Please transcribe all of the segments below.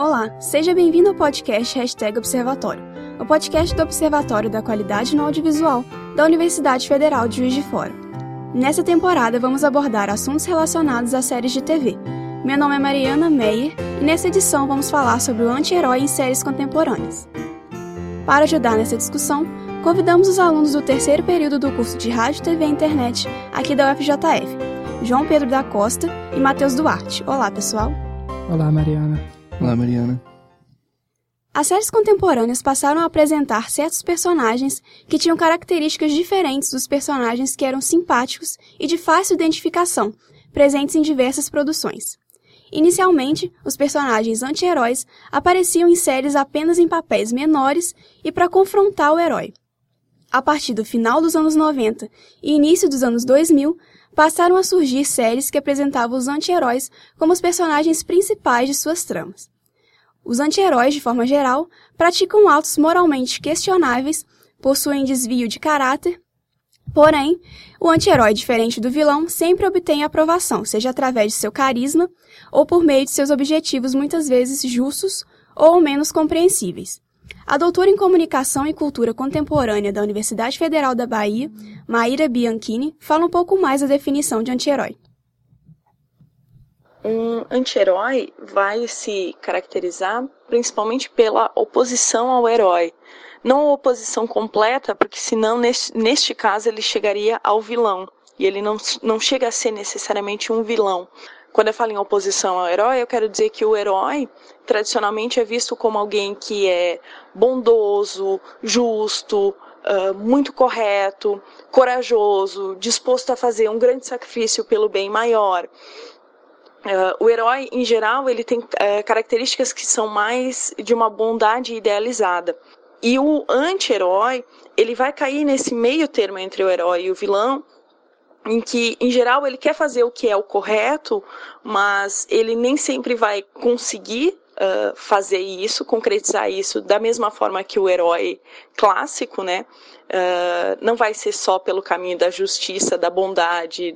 Olá, seja bem-vindo ao podcast #Observatório, o podcast do Observatório da Qualidade no Audiovisual da Universidade Federal de Juiz de Fora. Nessa temporada vamos abordar assuntos relacionados a séries de TV. Meu nome é Mariana Meyer e nessa edição vamos falar sobre o anti-herói em séries contemporâneas. Para ajudar nessa discussão, convidamos os alunos do terceiro período do curso de Rádio, TV e Internet aqui da UFJF, João Pedro da Costa e Matheus Duarte. Olá, pessoal! Olá, Mariana. Olá, Mariana. As séries contemporâneas passaram a apresentar certos personagens que tinham características diferentes dos personagens que eram simpáticos e de fácil identificação, presentes em diversas produções. Inicialmente, os personagens anti-heróis apareciam em séries apenas em papéis menores e para confrontar o herói. A partir do final dos anos 90 e início dos anos 2000, passaram a surgir séries que apresentavam os anti-heróis como os personagens principais de suas tramas. Os anti-heróis, de forma geral, praticam atos moralmente questionáveis, possuem desvio de caráter, porém, o anti-herói, diferente do vilão, sempre obtém aprovação, seja através de seu carisma ou por meio de seus objetivos muitas vezes justos ou menos compreensíveis. A doutora em Comunicação e Cultura Contemporânea da Universidade Federal da Bahia, Maíra Bianchini, fala um pouco mais da definição de anti-herói. Um anti-herói vai se caracterizar principalmente pela oposição ao herói. Não a oposição completa, porque senão, neste caso, ele chegaria ao vilão. E ele não chega a ser necessariamente um vilão. Quando eu falo em oposição ao herói, eu quero dizer que o herói, tradicionalmente, é visto como alguém que é bondoso, justo, muito correto, corajoso, disposto a fazer um grande sacrifício pelo bem maior. O herói, em geral, ele tem características que são mais de uma bondade idealizada. E o anti-herói, ele vai cair nesse meio termo entre o herói e o vilão, em que, em geral, ele quer fazer o que é o correto, mas ele nem sempre vai conseguir fazer isso, concretizar isso da mesma forma que o herói clássico, né? Não vai ser só pelo caminho da justiça, da bondade,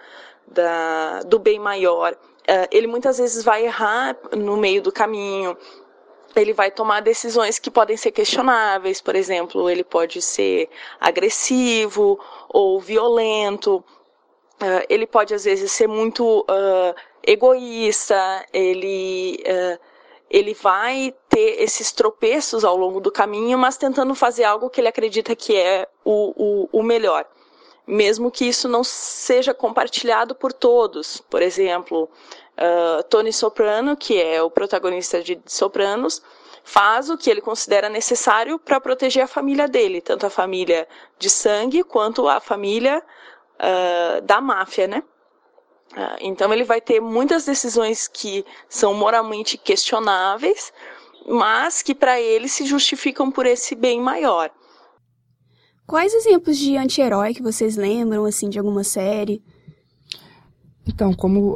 do bem maior. Ele muitas vezes vai errar no meio do caminho, ele vai tomar decisões que podem ser questionáveis, por exemplo, ele pode ser agressivo ou violento, ele pode às vezes ser muito egoísta, ele vai ter esses tropeços ao longo do caminho, mas tentando fazer algo que ele acredita que é o melhor. Mesmo que isso não seja compartilhado por todos. Por exemplo, Tony Soprano, que é o protagonista de Sopranos, faz o que ele considera necessário para proteger a família dele, tanto a família de sangue quanto a família da máfia, né? Então ele vai ter muitas decisões que são moralmente questionáveis, mas que para ele se justificam por esse bem maior. Quais exemplos de anti-herói que vocês lembram, assim, de alguma série? Então, como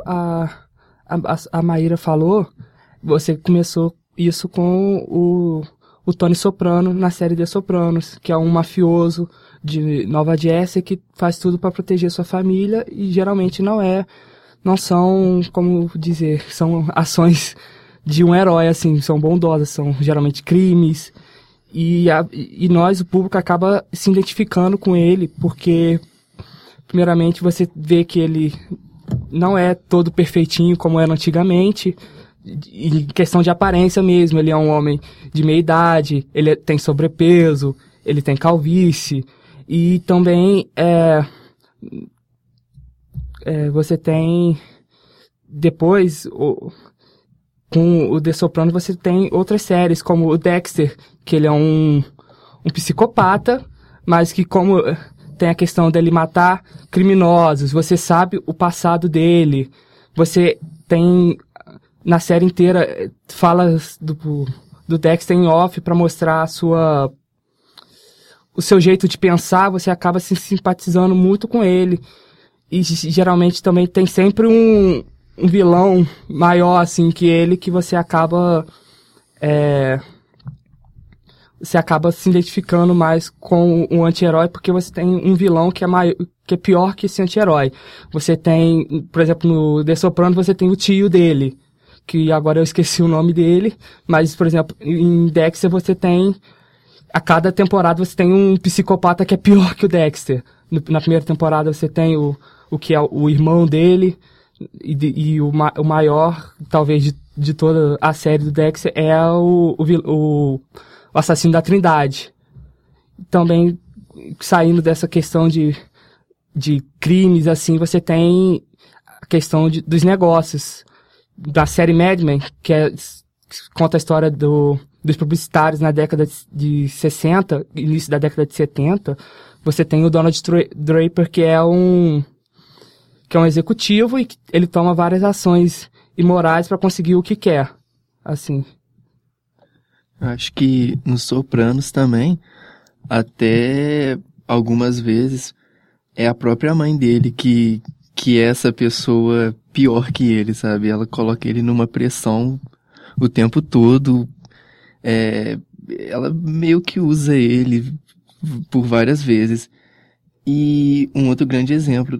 a Maíra falou, você começou isso com o Tony Soprano na série The Sopranos, que é um mafioso de Nova Jersey que faz tudo para proteger sua família e geralmente não são, como dizer, são ações de um herói, assim, são bondosas, são geralmente crimes. E nós, o público, acaba se identificando com ele, porque, primeiramente, você vê que ele não é todo perfeitinho como era antigamente, em questão de aparência mesmo. Ele é um homem de meia idade, ele tem sobrepeso, ele tem calvície, e também você tem, depois, com o The Sopranos, você tem outras séries, como o Dexter, que ele é um psicopata, mas que, como tem a questão dele matar criminosos, você sabe o passado dele, você tem, na série inteira, falas do Dexter em off para mostrar o seu jeito de pensar, você acaba se simpatizando muito com ele, e geralmente também tem sempre um vilão maior, assim, que ele, que você acaba se identificando mais com o anti-herói, porque você tem um vilão que é pior que esse anti-herói. Você tem, por exemplo, no The Sopranos, você tem o tio dele, que agora eu esqueci o nome dele, mas, por exemplo, em Dexter você tem, a cada temporada você tem um psicopata que é pior que o Dexter. Na primeira temporada você tem o que é o irmão dele, e o maior, talvez, de toda a série do Dexter é o assassino da Trindade. Também, saindo dessa questão de crimes, assim, você tem a questão dos negócios. Da série Mad Men, que conta a história dos publicitários na década de 60, início da década de 70, você tem o Donald Draper, que é um executivo e que ele toma várias ações imorais para conseguir o que quer, assim. Acho que nos Sopranos também, até algumas vezes, é a própria mãe dele que é essa pessoa pior que ele, sabe? Ela coloca ele numa pressão o tempo todo. Ela meio que usa ele por várias vezes. E um outro grande exemplo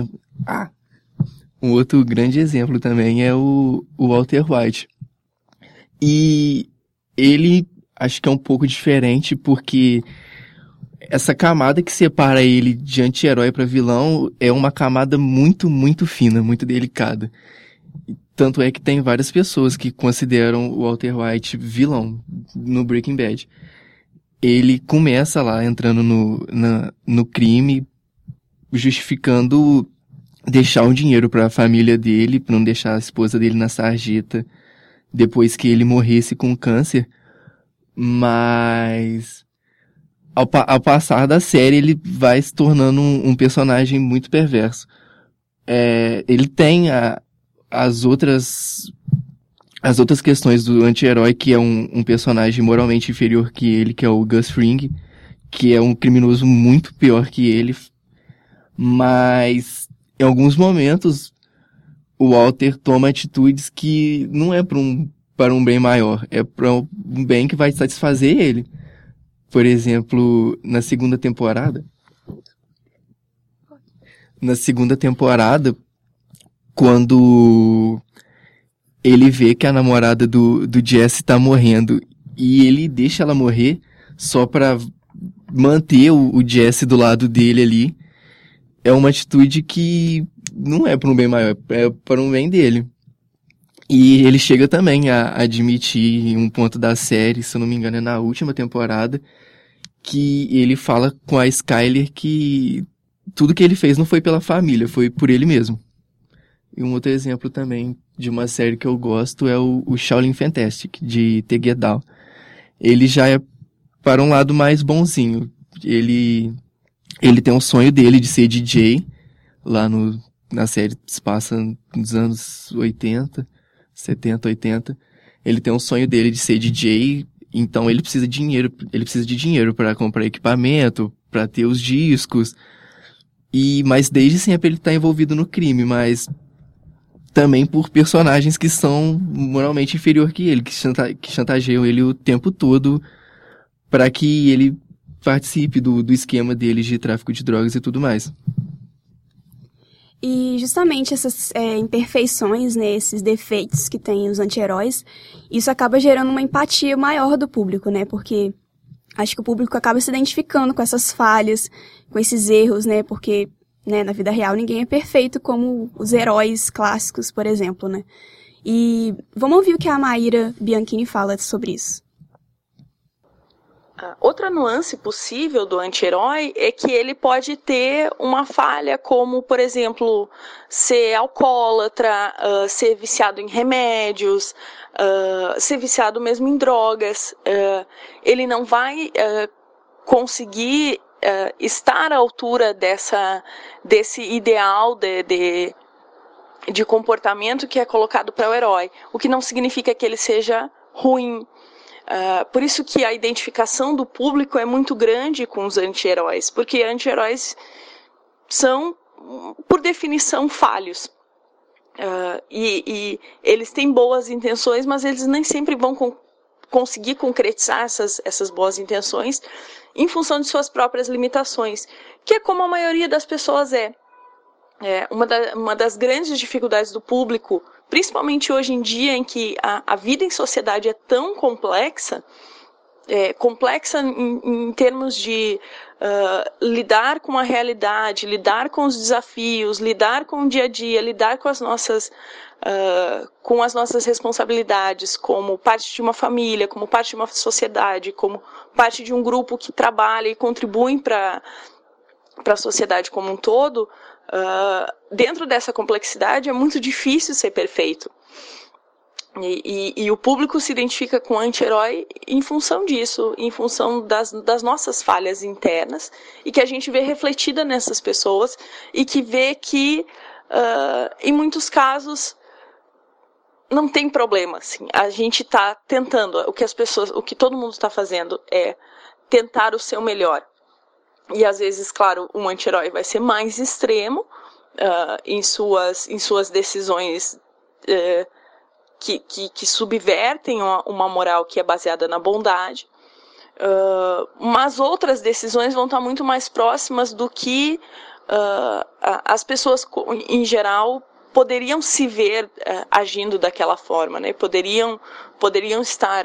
também é o Walter White. E ele, acho que é um pouco diferente porque essa camada que separa ele de anti-herói para vilão é uma camada muito, muito fina, muito delicada. Tanto é que tem várias pessoas que consideram o Walter White vilão no Breaking Bad. Ele começa lá entrando no crime, justificando deixar um dinheiro para a família dele, para não deixar a esposa dele na sarjeta depois que ele morresse com câncer. Mas ao passar da série, ele vai se tornando um personagem muito perverso. Ele tem as outras questões do anti-herói, que é um personagem moralmente inferior que ele, que é o Gus Fring, que é um criminoso muito pior que ele. Mas, em alguns momentos, o Walter toma atitudes que não é para um bem maior, é para um bem que vai satisfazer ele. Por exemplo, na segunda temporada, quando ele vê que a namorada do Jesse tá morrendo e ele deixa ela morrer só pra manter o Jesse do lado dele ali, é uma atitude que não é para um bem maior, é para um bem dele. E ele chega também a admitir em um ponto da série, se eu não me engano é na última temporada, que ele fala com a Skyler que tudo que ele fez não foi pela família, foi por ele mesmo. E um outro exemplo também de uma série que eu gosto é o Shaolin Fantastic, de The Get Down. Ele já é para um lado mais bonzinho. Ele tem um sonho dele de ser DJ, lá na série se passa nos anos 70, 80. Ele tem um sonho dele de ser DJ, então ele precisa de dinheiro para comprar equipamento, para ter os discos. Mas desde sempre ele tá envolvido no crime, mas também por personagens que são moralmente inferior que ele, que chantageiam ele o tempo todo para que ele participe do esquema deles de tráfico de drogas e tudo mais. E justamente essas imperfeições, né, esses defeitos que tem os anti-heróis, isso acaba gerando uma empatia maior do público, né, porque acho que o público acaba se identificando com essas falhas, com esses erros, né, porque, né, na vida real ninguém é perfeito como os heróis clássicos, por exemplo, né. E vamos ouvir o que a Maíra Bianchini fala sobre isso. Outra nuance possível do anti-herói é que ele pode ter uma falha como, por exemplo, ser alcoólatra, ser viciado em remédios, ser viciado mesmo em drogas. Ele não vai conseguir estar à altura desse ideal de comportamento que é colocado para o herói, o que não significa que ele seja ruim. Por isso que a identificação do público é muito grande com os anti-heróis, porque anti-heróis são, por definição, falhos. E eles têm boas intenções, mas eles nem sempre vão conseguir concretizar essas boas intenções em função de suas próprias limitações, que é como a maioria das pessoas é. Uma das grandes dificuldades do público principalmente hoje em dia em que a vida em sociedade é tão complexa, complexa em termos de lidar com a realidade, lidar com os desafios, lidar com o dia a dia, lidar com as nossas responsabilidades como parte de uma família, como parte de uma sociedade, como parte de um grupo que trabalha e contribui para a sociedade como um todo. Dentro dessa complexidade é muito difícil ser perfeito. E o público se identifica com o anti-herói em função disso, em função das nossas falhas internas, e que a gente vê refletida nessas pessoas, e que vê que, em muitos casos, não tem problema. Assim. A gente está tentando, o que todo mundo está fazendo é tentar o seu melhor. E às vezes, claro, um anti-herói vai ser mais extremo em suas decisões que subvertem uma moral que é baseada na bondade, mas outras decisões vão estar muito mais próximas do que as pessoas, em geral, poderiam se ver agindo daquela forma, né? Poderiam estar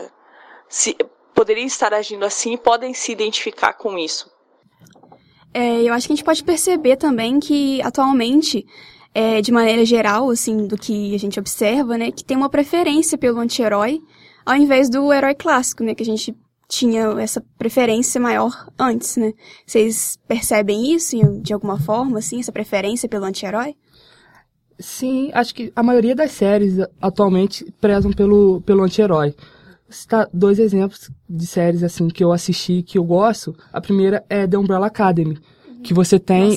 agindo assim e podem se identificar com isso. Eu acho que a gente pode perceber também que, atualmente, de maneira geral, assim, do que a gente observa, né, que tem uma preferência pelo anti-herói, ao invés do herói clássico, né, que a gente tinha essa preferência maior antes, né? Vocês percebem isso de alguma forma, assim, essa preferência pelo anti-herói? Sim, acho que a maioria das séries atualmente prezam pelo anti-herói. Vou citar 2 exemplos de séries assim que eu assisti que eu gosto. A primeira é The Umbrella Academy, que você tem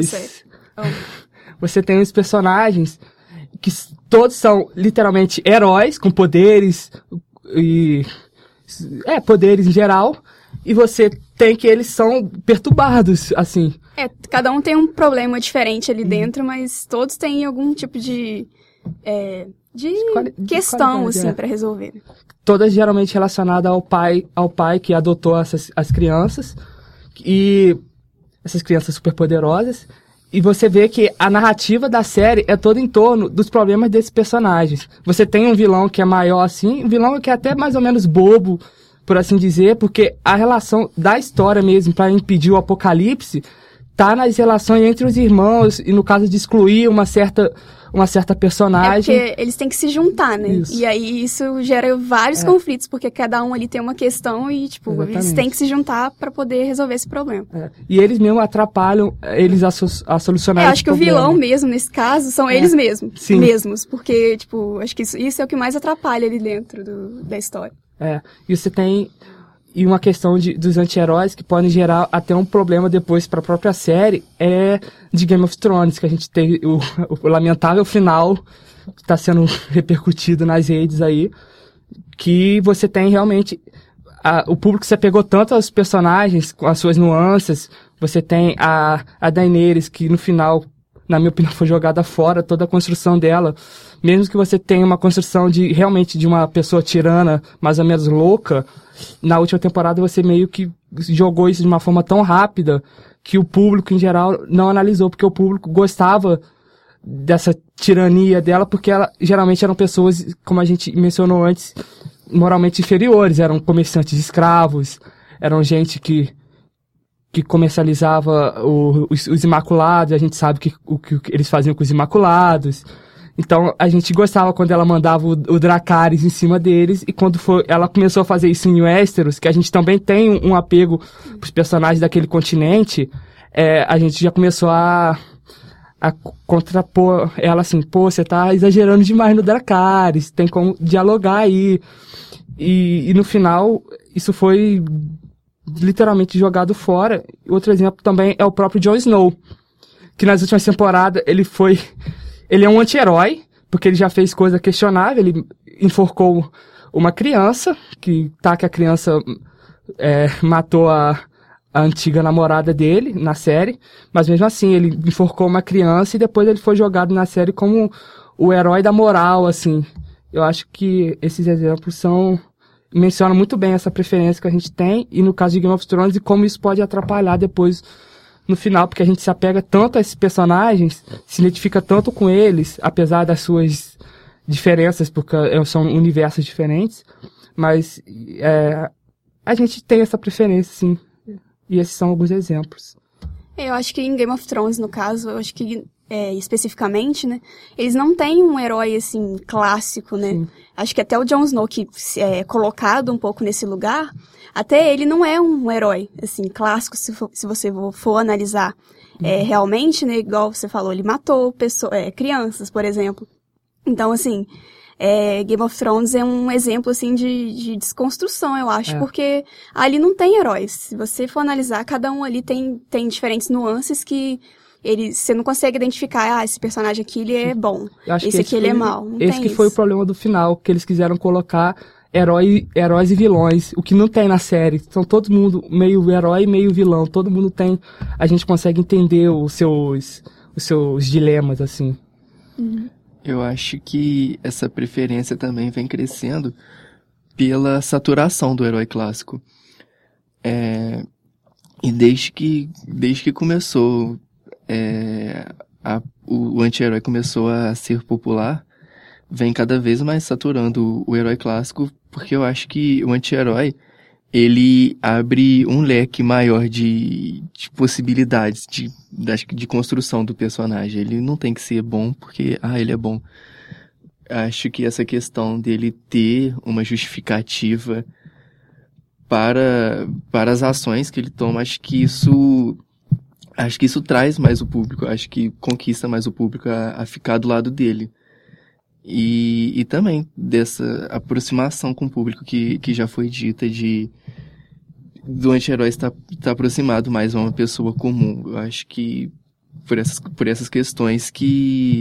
você tem os personagens que todos são literalmente heróis com poderes e poderes em geral, e você tem que eles são perturbados, assim. Cada um tem um problema diferente ali dentro, mas todos têm algum tipo de questão, assim, pra resolver. Todas geralmente relacionadas ao pai que adotou as crianças, e essas crianças superpoderosas, e você vê que a narrativa da série é toda em torno dos problemas desses personagens. Você tem um vilão que é maior, assim, um vilão que é até mais ou menos bobo, por assim dizer, porque a relação da história mesmo, para impedir o apocalipse, tá nas relações entre os irmãos, e no caso de excluir uma certa personagem. Porque eles têm que se juntar, né? Isso. E aí isso gera vários conflitos, porque cada um ali tem uma questão e, Exatamente. Eles têm que se juntar para poder resolver esse problema. E eles mesmo atrapalham eles a solucionar esse acho que problema. O vilão mesmo, nesse caso, são eles mesmos. Porque, acho que isso é o que mais atrapalha ali dentro da história. E você tem uma questão dos anti-heróis que podem gerar até um problema depois para a própria série, de Game of Thrones, que a gente teve o lamentável final que está sendo repercutido nas redes aí, que você tem realmente o público se apegou tanto aos personagens com as suas nuances. Você tem a Daenerys, que no final, na minha opinião, foi jogada fora, toda a construção dela. Mesmo que você tenha uma construção realmente de uma pessoa tirana, mais ou menos louca, na última temporada você meio que jogou isso de uma forma tão rápida que o público, em geral, não analisou, porque o público gostava dessa tirania dela, porque geralmente eram pessoas, como a gente mencionou antes, moralmente inferiores, eram comerciantes escravos, eram gente que comercializava os imaculados, a gente sabe o que eles faziam com os imaculados. Então, a gente gostava quando ela mandava o Dracarys em cima deles, e quando ela começou a fazer isso em Westeros, que a gente também tem um apego pros personagens daquele continente, a gente já começou a contrapor ela assim, você tá exagerando demais no Dracarys, tem como dialogar aí. E no final, isso foi literalmente jogado fora. Outro exemplo também é o próprio Jon Snow, que nas últimas temporadas ele é um anti-herói, porque ele já fez coisa questionável. Ele enforcou uma criança, que a criança matou a antiga namorada dele na série, mas mesmo assim ele enforcou uma criança e depois ele foi jogado na série como o herói da moral, assim. Eu acho que esses exemplos mencionam muito bem essa preferência que a gente tem, e no caso de Game of Thrones, e como isso pode atrapalhar depois no final, porque a gente se apega tanto a esses personagens, se identifica tanto com eles, apesar das suas diferenças, porque são universos diferentes, mas a gente tem essa preferência, sim. E esses são alguns exemplos. Eu acho que em Game of Thrones, no caso, eu acho que especificamente, né, eles não têm um herói, assim, clássico, né? Sim. Acho que até o Jon Snow, que é colocado um pouco nesse lugar, até ele não é um herói, assim, clássico, se você for analisar realmente, né, igual você falou, ele matou crianças, por exemplo. Então, assim, Game of Thrones é um exemplo, assim, de desconstrução, eu acho, porque ali não tem heróis. Se você for analisar, cada um ali tem diferentes nuances que você não consegue identificar, esse personagem aqui, ele é bom, esse aqui ele é mau. Esse que foi o problema do final, que eles quiseram colocar heróis e vilões, o que não tem na série. São todo mundo meio herói, meio vilão. Todo mundo tem, a gente consegue entender os seus dilemas, assim. Uhum. Eu acho que essa preferência também vem crescendo pela saturação do herói clássico. E desde que começou, o anti-herói começou a ser popular, vem cada vez mais saturando o herói clássico, porque eu acho que o anti-herói, ele abre um leque maior de possibilidades de construção do personagem. Ele não tem que ser bom porque, ele é bom. Acho que essa questão dele ter uma justificativa para as ações que ele toma, acho que isso traz mais o público, acho que conquista mais o público a ficar do lado dele. E também dessa aproximação com o público que já foi dita do anti-herói estar aproximado mais a uma pessoa comum. Eu acho que por essas questões que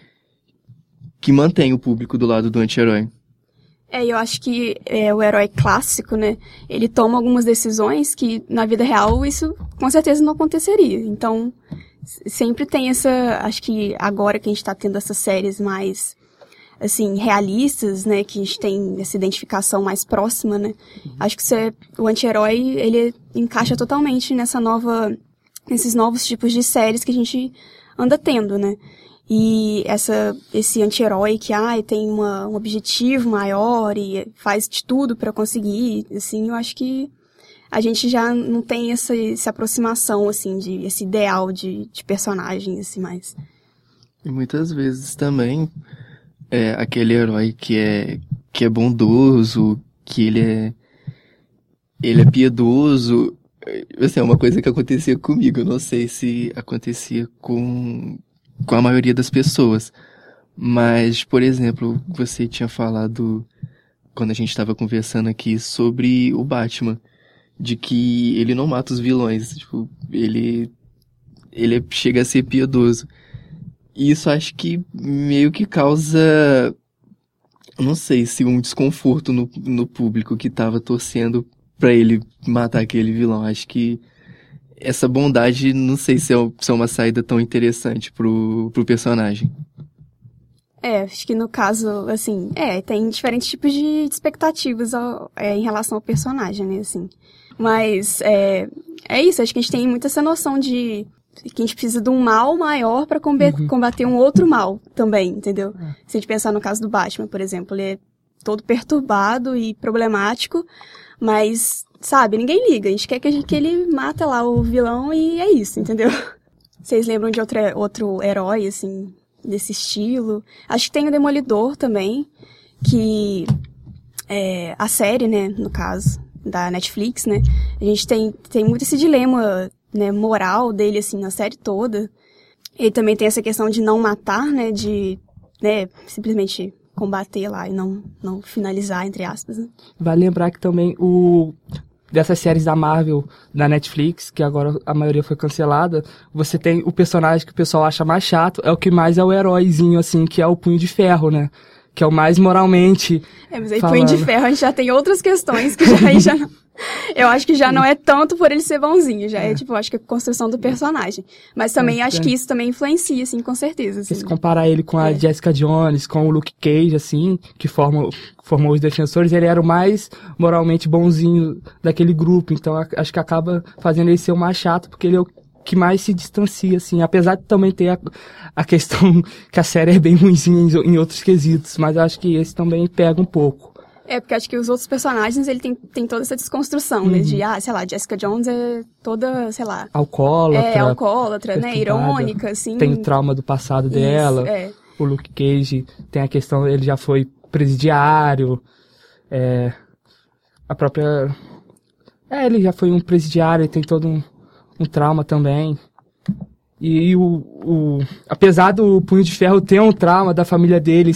mantém o público do lado do anti-herói. Eu acho que o herói clássico, né, ele toma algumas decisões que na vida real isso com certeza não aconteceria. Então, sempre tem acho que agora que a gente tá tendo essas séries mais, assim, realistas, né, que a gente tem essa identificação mais próxima, né, acho que o anti-herói, ele encaixa totalmente nesses novos tipos de séries que a gente anda tendo, né. E esse anti-herói que tem um objetivo maior e faz de tudo para conseguir, assim, eu acho que a gente já não tem essa aproximação, assim, esse ideal de personagem, assim, mais. E muitas vezes também aquele herói que é bondoso, que ele é piedoso, assim, é uma coisa que acontecia comigo, eu não sei se acontecia com a maioria das pessoas. Mas, por exemplo, você tinha falado, quando a gente estava conversando aqui, sobre o Batman, de que ele não mata os vilões, tipo, ele chega a ser piedoso. E isso acho que meio que causa, não sei se um desconforto no público que estava torcendo pra ele matar aquele vilão. Acho que essa bondade, não sei se é uma saída tão interessante pro personagem. Acho que no caso, assim, tem diferentes tipos de expectativas em relação ao personagem, né, assim. Mas, é isso, acho que a gente tem muito essa noção de que a gente precisa de um mal maior pra combater um outro mal também, entendeu? Se a gente pensar no caso do Batman, por exemplo, ele é todo perturbado e problemático, mas, sabe, ninguém liga. A gente quer que ele mata lá o vilão e é isso, entendeu? Vocês lembram de outro herói, assim, desse estilo? Acho que tem o Demolidor também, que a série, né, no caso, da Netflix, né? A gente tem muito esse dilema, né, moral dele, assim, na série toda. Ele também tem essa questão de não matar, né, de, né, simplesmente combater lá e não finalizar, entre aspas, né? Vale lembrar que também dessas séries da Marvel, da Netflix, que agora a maioria foi cancelada, você tem o personagem que o pessoal acha mais chato, é o que mais é o heróizinho, assim, que é o Punho de Ferro, né? Que é o mais moralmente mas aí falando. Punho de Ferro a gente já tem outras questões que já não... Eu acho que já não é tanto por ele ser bonzinho, já é tipo, acho que a construção do personagem. Mas também acho que isso também influencia, assim, com certeza. Assim. Se comparar ele com a Jessica Jones, com o Luke Cage, assim, que formou os Defensores, ele era o mais moralmente bonzinho daquele grupo. Então acho que acaba fazendo ele ser o mais chato, porque ele é que mais se distancia, assim, apesar de também ter a questão que a série é bem ruimzinha em outros quesitos, mas acho que esse também pega um pouco. Porque acho que os outros personagens, ele tem toda essa desconstrução, né, de, sei lá, Jessica Jones é toda, sei lá... Alcoólatra, né, irônica, assim... Tem o trauma do passado dela, o Luke Cage tem a questão, ele já foi presidiário, a própria... ele já foi um presidiário, ele tem todo um trauma também. E apesar do Punho de Ferro ter um trauma da família dele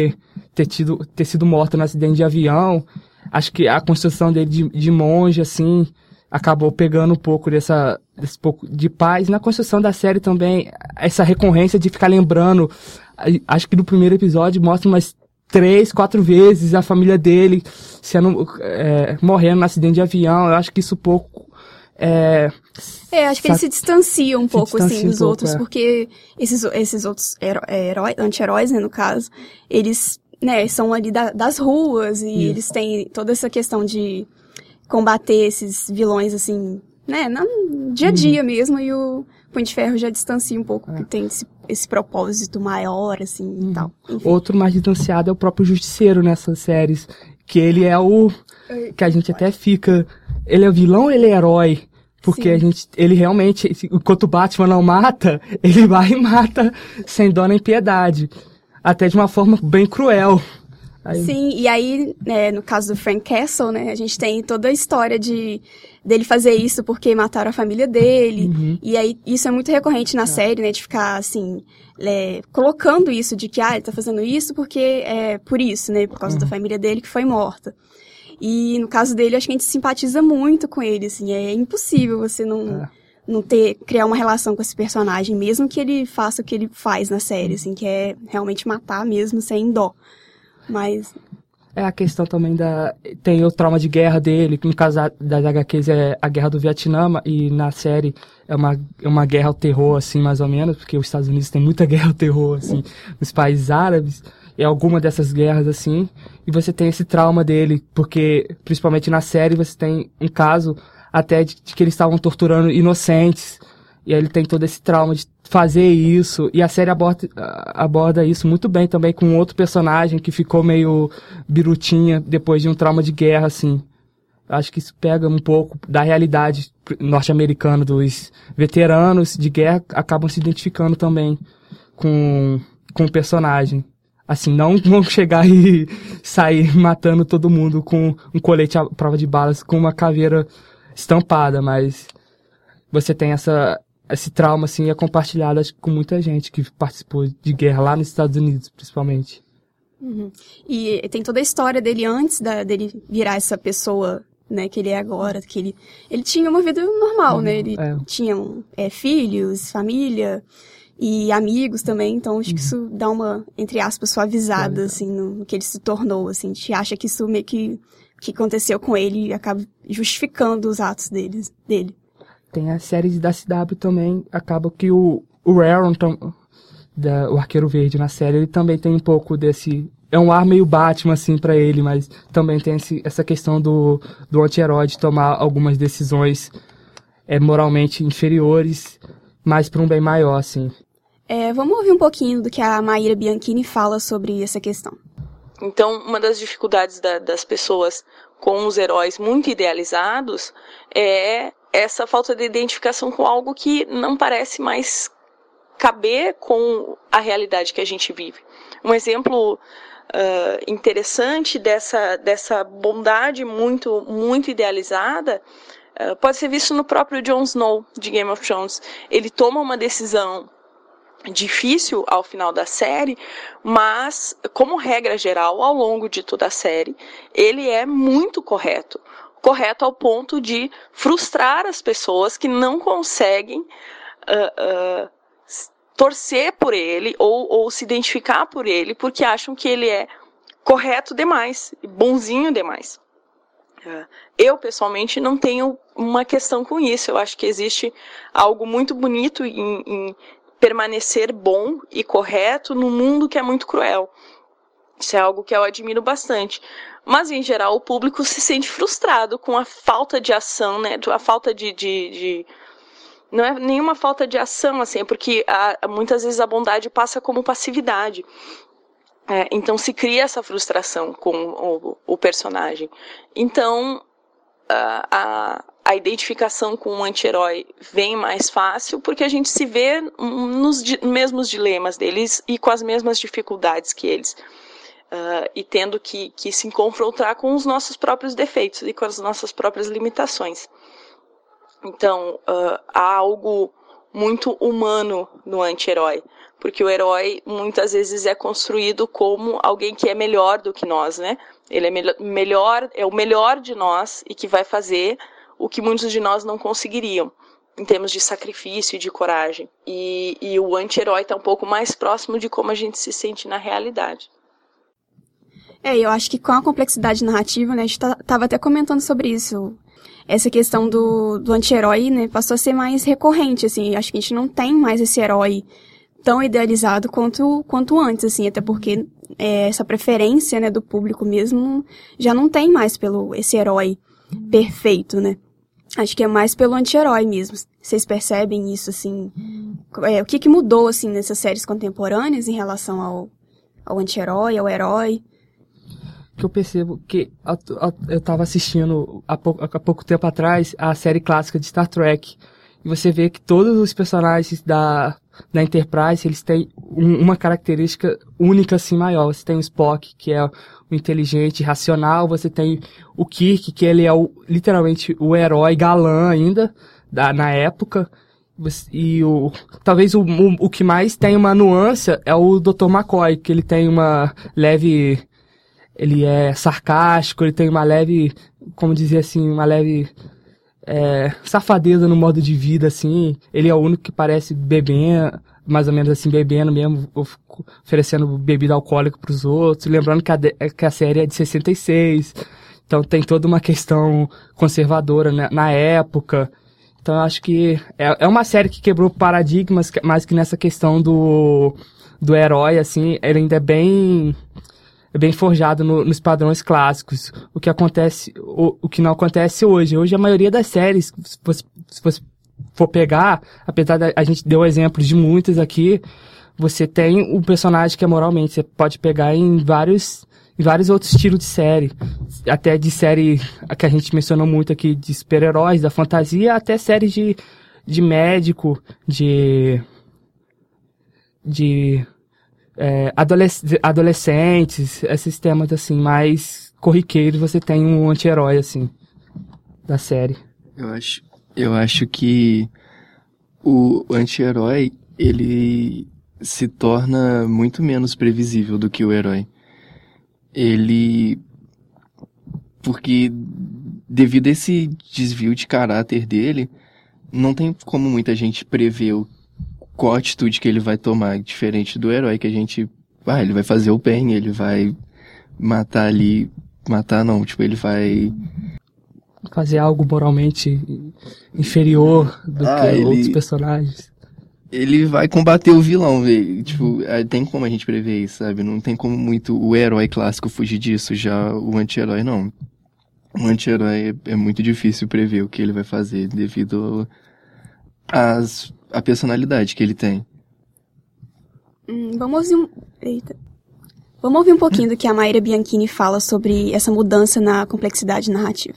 ter sido morta no acidente de avião, acho que a construção dele de monge, assim, acabou pegando um pouco desse pouco de paz. Na construção da série também, essa recorrência de ficar lembrando, acho que no primeiro episódio mostra umas 3, 4 vezes a família dele morrendo no acidente de avião. Eu acho que isso pouco... acho que ele se distancia um pouco, assim, dos outros, porque esses outros anti-heróis, né, no caso, eles, né, são ali das ruas, e eles têm toda essa questão de combater esses vilões, assim, né, no dia a dia mesmo, e o Punho de Ferro já distancia um pouco, porque tem esse propósito maior, assim, e tal. Enfim. Outro mais distanciado é o próprio Justiceiro nessas séries, que ele é que a gente até fica... Ele é vilão ou ele é herói? Porque ele realmente, enquanto o Batman não mata, ele vai e mata sem dó nem piedade. Até de uma forma bem cruel. Sim, e aí, no caso do Frank Castle, né, a gente tem toda a história dele fazer isso porque mataram a família dele. E aí, isso é muito recorrente na série, né, de ficar, assim, colocando isso de que, ele tá fazendo isso porque é por isso, né, por causa da família dele que foi morta. E no caso dele, acho que a gente simpatiza muito com ele, assim, é impossível você não criar uma relação com esse personagem, mesmo que ele faça o que ele faz na série, assim, que é realmente matar mesmo, sem dó. Mas... a questão também tem o trauma de guerra dele, que no caso das HQs é a guerra do Vietnã, e na série é uma guerra ao terror, assim, mais ou menos, porque os Estados Unidos tem muita guerra ao terror, assim, nos países árabes. É alguma dessas guerras, assim, e você tem esse trauma dele, porque, principalmente na série, você tem um caso até de que eles estavam torturando inocentes, e aí ele tem todo esse trauma de fazer isso, e a série aborda isso muito bem também com outro personagem que ficou meio birutinha depois de um trauma de guerra, assim. Acho que isso pega um pouco da realidade norte-americana dos veteranos de guerra, acabam se identificando também com o personagem. Assim, não vão chegar e sair matando todo mundo com um colete à prova de balas com uma caveira estampada, mas você tem esse trauma, assim, é compartilhado com muita gente que participou de guerra lá nos Estados Unidos, principalmente. E tem toda a história dele antes dele virar essa pessoa, né, que ele é agora, que ele tinha uma vida normal, né, ele tinha filhos, família... E amigos também, então acho que isso dá uma, entre aspas, suavizada, assim, no que ele se tornou, assim. A gente acha que isso meio que aconteceu com ele e acaba justificando os atos dele. Tem as séries da CW também, acaba que o Aaron, o Arqueiro Verde na série, ele também tem um pouco desse... É um ar meio Batman, assim, pra ele, mas também tem essa questão do anti-herói de tomar algumas decisões moralmente inferiores, mas pra um bem maior, assim. Vamos ouvir um pouquinho do que a Maíra Bianchini fala sobre essa questão. Então, uma das dificuldades das pessoas com os heróis muito idealizados é essa falta de identificação com algo que não parece mais caber com a realidade que a gente vive. Um exemplo interessante dessa bondade muito, muito idealizada pode ser visto no próprio Jon Snow, de Game of Thrones. Ele toma uma decisão difícil ao final da série, mas, como regra geral, ao longo de toda a série, ele é muito correto ao ponto de frustrar as pessoas que não conseguem torcer por ele ou se identificar por ele, porque acham que ele é correto demais, bonzinho demais. Eu, pessoalmente, não tenho uma questão com isso. Eu acho que existe algo muito bonito em permanecer bom e correto num mundo que é muito cruel. Isso é algo que eu admiro bastante. Mas, em geral, o público se sente frustrado com a falta de ação, né? A falta de não é nenhuma falta de ação, assim, é porque muitas vezes a bondade passa como passividade. Então se cria essa frustração com o personagem. Então a identificação com o anti-herói vem mais fácil porque a gente se vê nos mesmos dilemas deles e com as mesmas dificuldades que eles. E tendo que se confrontar com os nossos próprios defeitos e com as nossas próprias limitações. Então, há algo muito humano no anti-herói, porque o herói muitas vezes é construído como alguém que é melhor do que nós, né? Ele é o melhor de nós e que vai fazer o que muitos de nós não conseguiriam, em termos de sacrifício e de coragem. E o anti-herói está um pouco mais próximo de como a gente se sente na realidade. Eu acho que com a complexidade narrativa, né, a gente estava até comentando sobre isso. Essa questão do anti-herói, né, passou a ser mais recorrente, assim. Acho que a gente não tem mais esse herói tão idealizado quanto antes, assim, até porque essa preferência, né, do público mesmo já não tem mais pelo esse herói perfeito, né. Acho que é mais pelo anti-herói mesmo. Vocês percebem isso, assim? O que mudou, assim, nessas séries contemporâneas em relação ao anti-herói, ao herói? Que eu percebo que eu tava assistindo há pouco tempo atrás a série clássica de Star Trek, e você vê que todos os personagens da Enterprise, eles têm uma característica única assim maior. Você tem o Spock, que é o inteligente, racional, você tem o Kirk, que ele é literalmente o herói galã ainda, na época, e talvez o que mais tem uma nuance é o Dr. McCoy, que ele tem uma leve... Ele é sarcástico, ele tem uma leve, como dizer assim, uma leve safadeza no modo de vida, assim. Ele é o único que parece beber, mais ou menos assim, bebendo mesmo, oferecendo bebida alcoólica pros outros. Lembrando que a série é de 66, então tem toda uma questão conservadora, né, na época. Então eu acho que é uma série que quebrou paradigmas, mas que nessa questão do herói, assim, ele ainda é bem forjado nos padrões clássicos. O que não acontece hoje. Hoje a maioria das séries, se você for pegar, apesar da a gente deu exemplos de muitas aqui, você tem o personagem que é moralmente, você pode pegar em vários outros estilos de série, até de série que a gente mencionou muito aqui, de super-heróis, da fantasia, até séries de médico, de adolescentes, esses temas assim, mais corriqueiros, você tem um anti-herói, assim, da série. Eu acho que o anti-herói, ele se torna muito menos previsível do que o herói. Porque devido a esse desvio de caráter dele, não tem como muita gente prever qual atitude que ele vai tomar, diferente do herói, que a gente... ele vai fazer o bem, ele vai matar ali... Matar não, ele vai... fazer algo moralmente inferior do que outros personagens. Ele vai combater o vilão, velho. Tem como a gente prever isso, sabe? Não tem como muito o herói clássico fugir disso, já o anti-herói não. O anti-herói é muito difícil prever o que ele vai fazer, devido a personalidade que ele tem. Vamos ouvir um pouquinho do que a Mayra Bianchini fala sobre essa mudança na complexidade narrativa.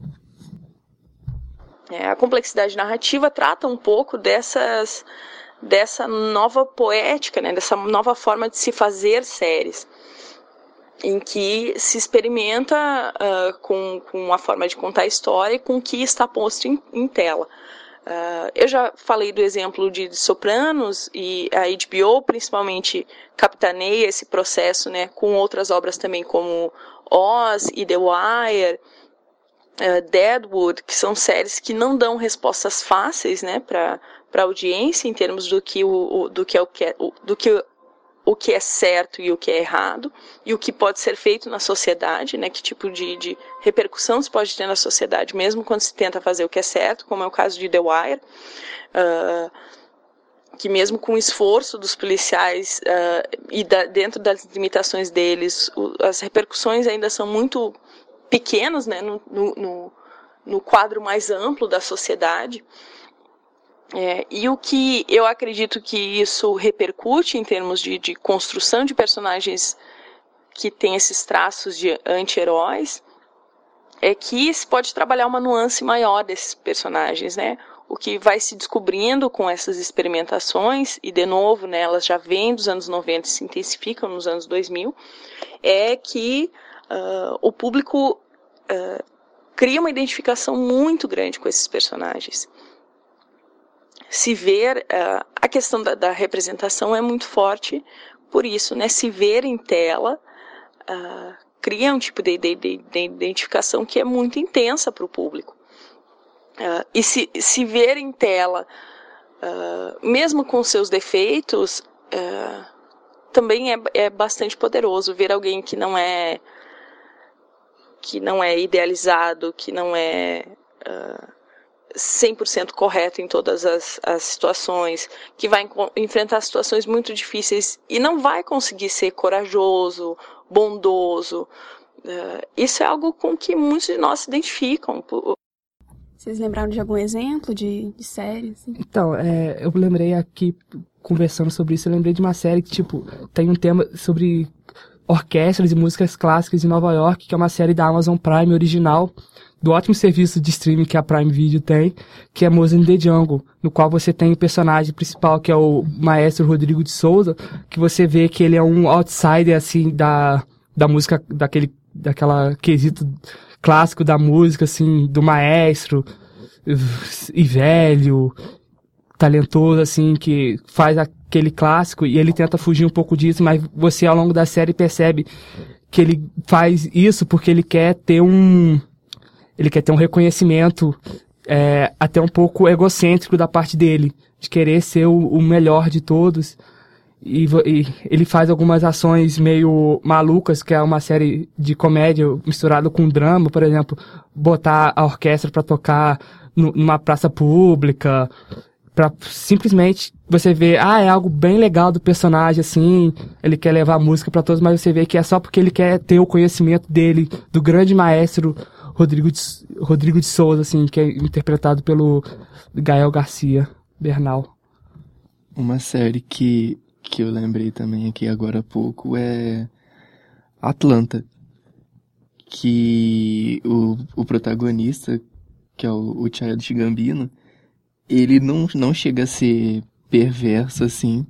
A complexidade narrativa trata um pouco dessa nova poética, né, dessa nova forma de se fazer séries, em que se experimenta com a forma de contar a história e com o que está posto em tela. Eu já falei do exemplo de Sopranos, e a HBO principalmente capitaneia esse processo, né, com outras obras também como Oz e The Wire, Deadwood, que são séries que não dão respostas fáceis, né, para a audiência em termos do que o que é certo e o que é errado, e o que pode ser feito na sociedade, né, que tipo de repercussão se pode ter na sociedade, mesmo quando se tenta fazer o que é certo, como é o caso de The Wire, que mesmo com o esforço dos policiais dentro das limitações deles, as repercussões ainda são muito pequenas, né, no quadro mais amplo da sociedade. E o que eu acredito que isso repercute em termos de construção de personagens que têm esses traços de anti-heróis, é que se pode trabalhar uma nuance maior desses personagens, né? O que vai se descobrindo com essas experimentações, e de novo, né, elas já vêm dos anos 90 e se intensificam nos anos 2000, é que o público cria uma identificação muito grande com esses personagens. Se ver, a questão da representação é muito forte por isso, né? Se ver em tela cria um tipo de identificação que é muito intensa para o público. E se ver em tela, mesmo com seus defeitos, também é bastante poderoso. Ver alguém que não é idealizado, que não é 100% correto em todas as situações, que vai enfrentar situações muito difíceis e não vai conseguir ser corajoso, bondoso. Isso é algo com que muitos de nós se identificam. Vocês lembraram de algum exemplo de série? Assim? Então, eu lembrei aqui, conversando sobre isso, eu lembrei de uma série que, tipo, tem um tema sobre orquestras e músicas clássicas em Nova York, que é uma série da Amazon Prime original, do ótimo serviço de streaming que a Prime Video tem, que é Mozart in the Jungle, no qual você tem o personagem principal, que é o maestro Rodrigo de Souza, que você vê que ele é um outsider, assim, da música, daquela quesito clássico da música, assim, do maestro, e velho, talentoso, assim, que faz aquele clássico, e ele tenta fugir um pouco disso, mas você, ao longo da série, percebe que ele faz isso porque ele quer ter um reconhecimento até um pouco egocêntrico da parte dele, de querer ser o melhor de todos. E ele faz algumas ações meio malucas, que é uma série de comédia misturada com drama, por exemplo, botar a orquestra para tocar numa praça pública, pra simplesmente você ver, é algo bem legal do personagem, assim, ele quer levar a música para todos, mas você vê que é só porque ele quer ter o conhecimento dele, do grande maestro Rodrigo de Souza, assim, que é interpretado pelo Gael Garcia Bernal. Uma série que eu lembrei também aqui agora há pouco é Atlanta, que o protagonista, que é o Childish Gambino, ele não chega a ser perverso, assim,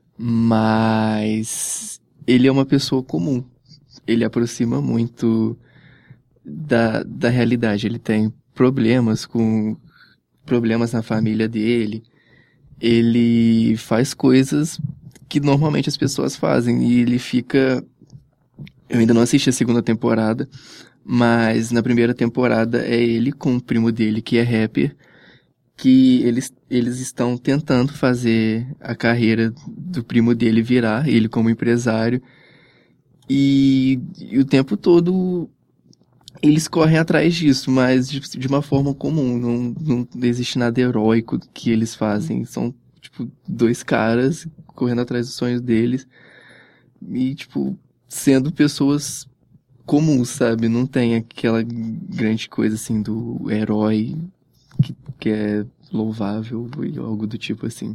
mas ele é uma pessoa comum. Ele aproxima muito da realidade. Ele tem problemas na família dele. Ele faz coisas que normalmente as pessoas fazem. E ele fica... Eu ainda não assisti a segunda temporada, mas na primeira temporada é ele com o primo dele, que é rapper, que eles estão tentando fazer a carreira do primo dele virar, ele como empresário. E o tempo todo eles correm atrás disso, mas de uma forma comum. Não existe nada heróico que eles fazem. São, tipo, dois caras correndo atrás dos sonhos deles e, tipo, sendo pessoas comuns, sabe? Não tem aquela grande coisa, assim, do herói que é louvável e algo do tipo assim.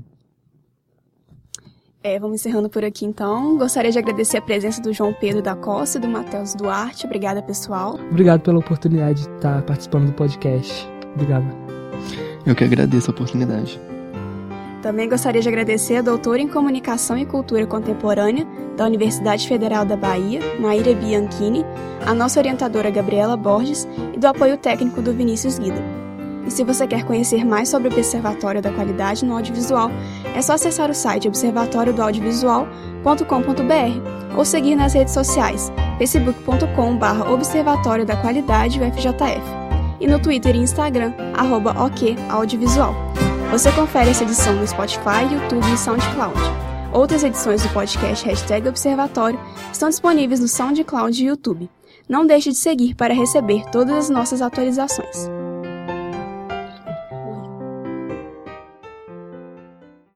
Vamos encerrando por aqui, então. Gostaria de agradecer a presença do João Pedro da Costa e do Matheus Duarte. Obrigada, pessoal. Obrigado pela oportunidade de estar participando do podcast. Obrigado. Eu que agradeço a oportunidade. Também gostaria de agradecer a doutora em Comunicação e Cultura Contemporânea da Universidade Federal da Bahia, Maíra Bianchini, a nossa orientadora Gabriela Borges e do apoio técnico do Vinícius Guida. E se você quer conhecer mais sobre o Observatório da Qualidade no Audiovisual, é só acessar o site observatoriodoaudiovisual.com.br ou seguir nas redes sociais facebook.com/Observatório da Qualidade UFJF e no Twitter e Instagram @OKAudiovisual. Você confere essa edição no Spotify, YouTube e SoundCloud. Outras edições do podcast #Observatório estão disponíveis no SoundCloud e YouTube. Não deixe de seguir para receber todas as nossas atualizações.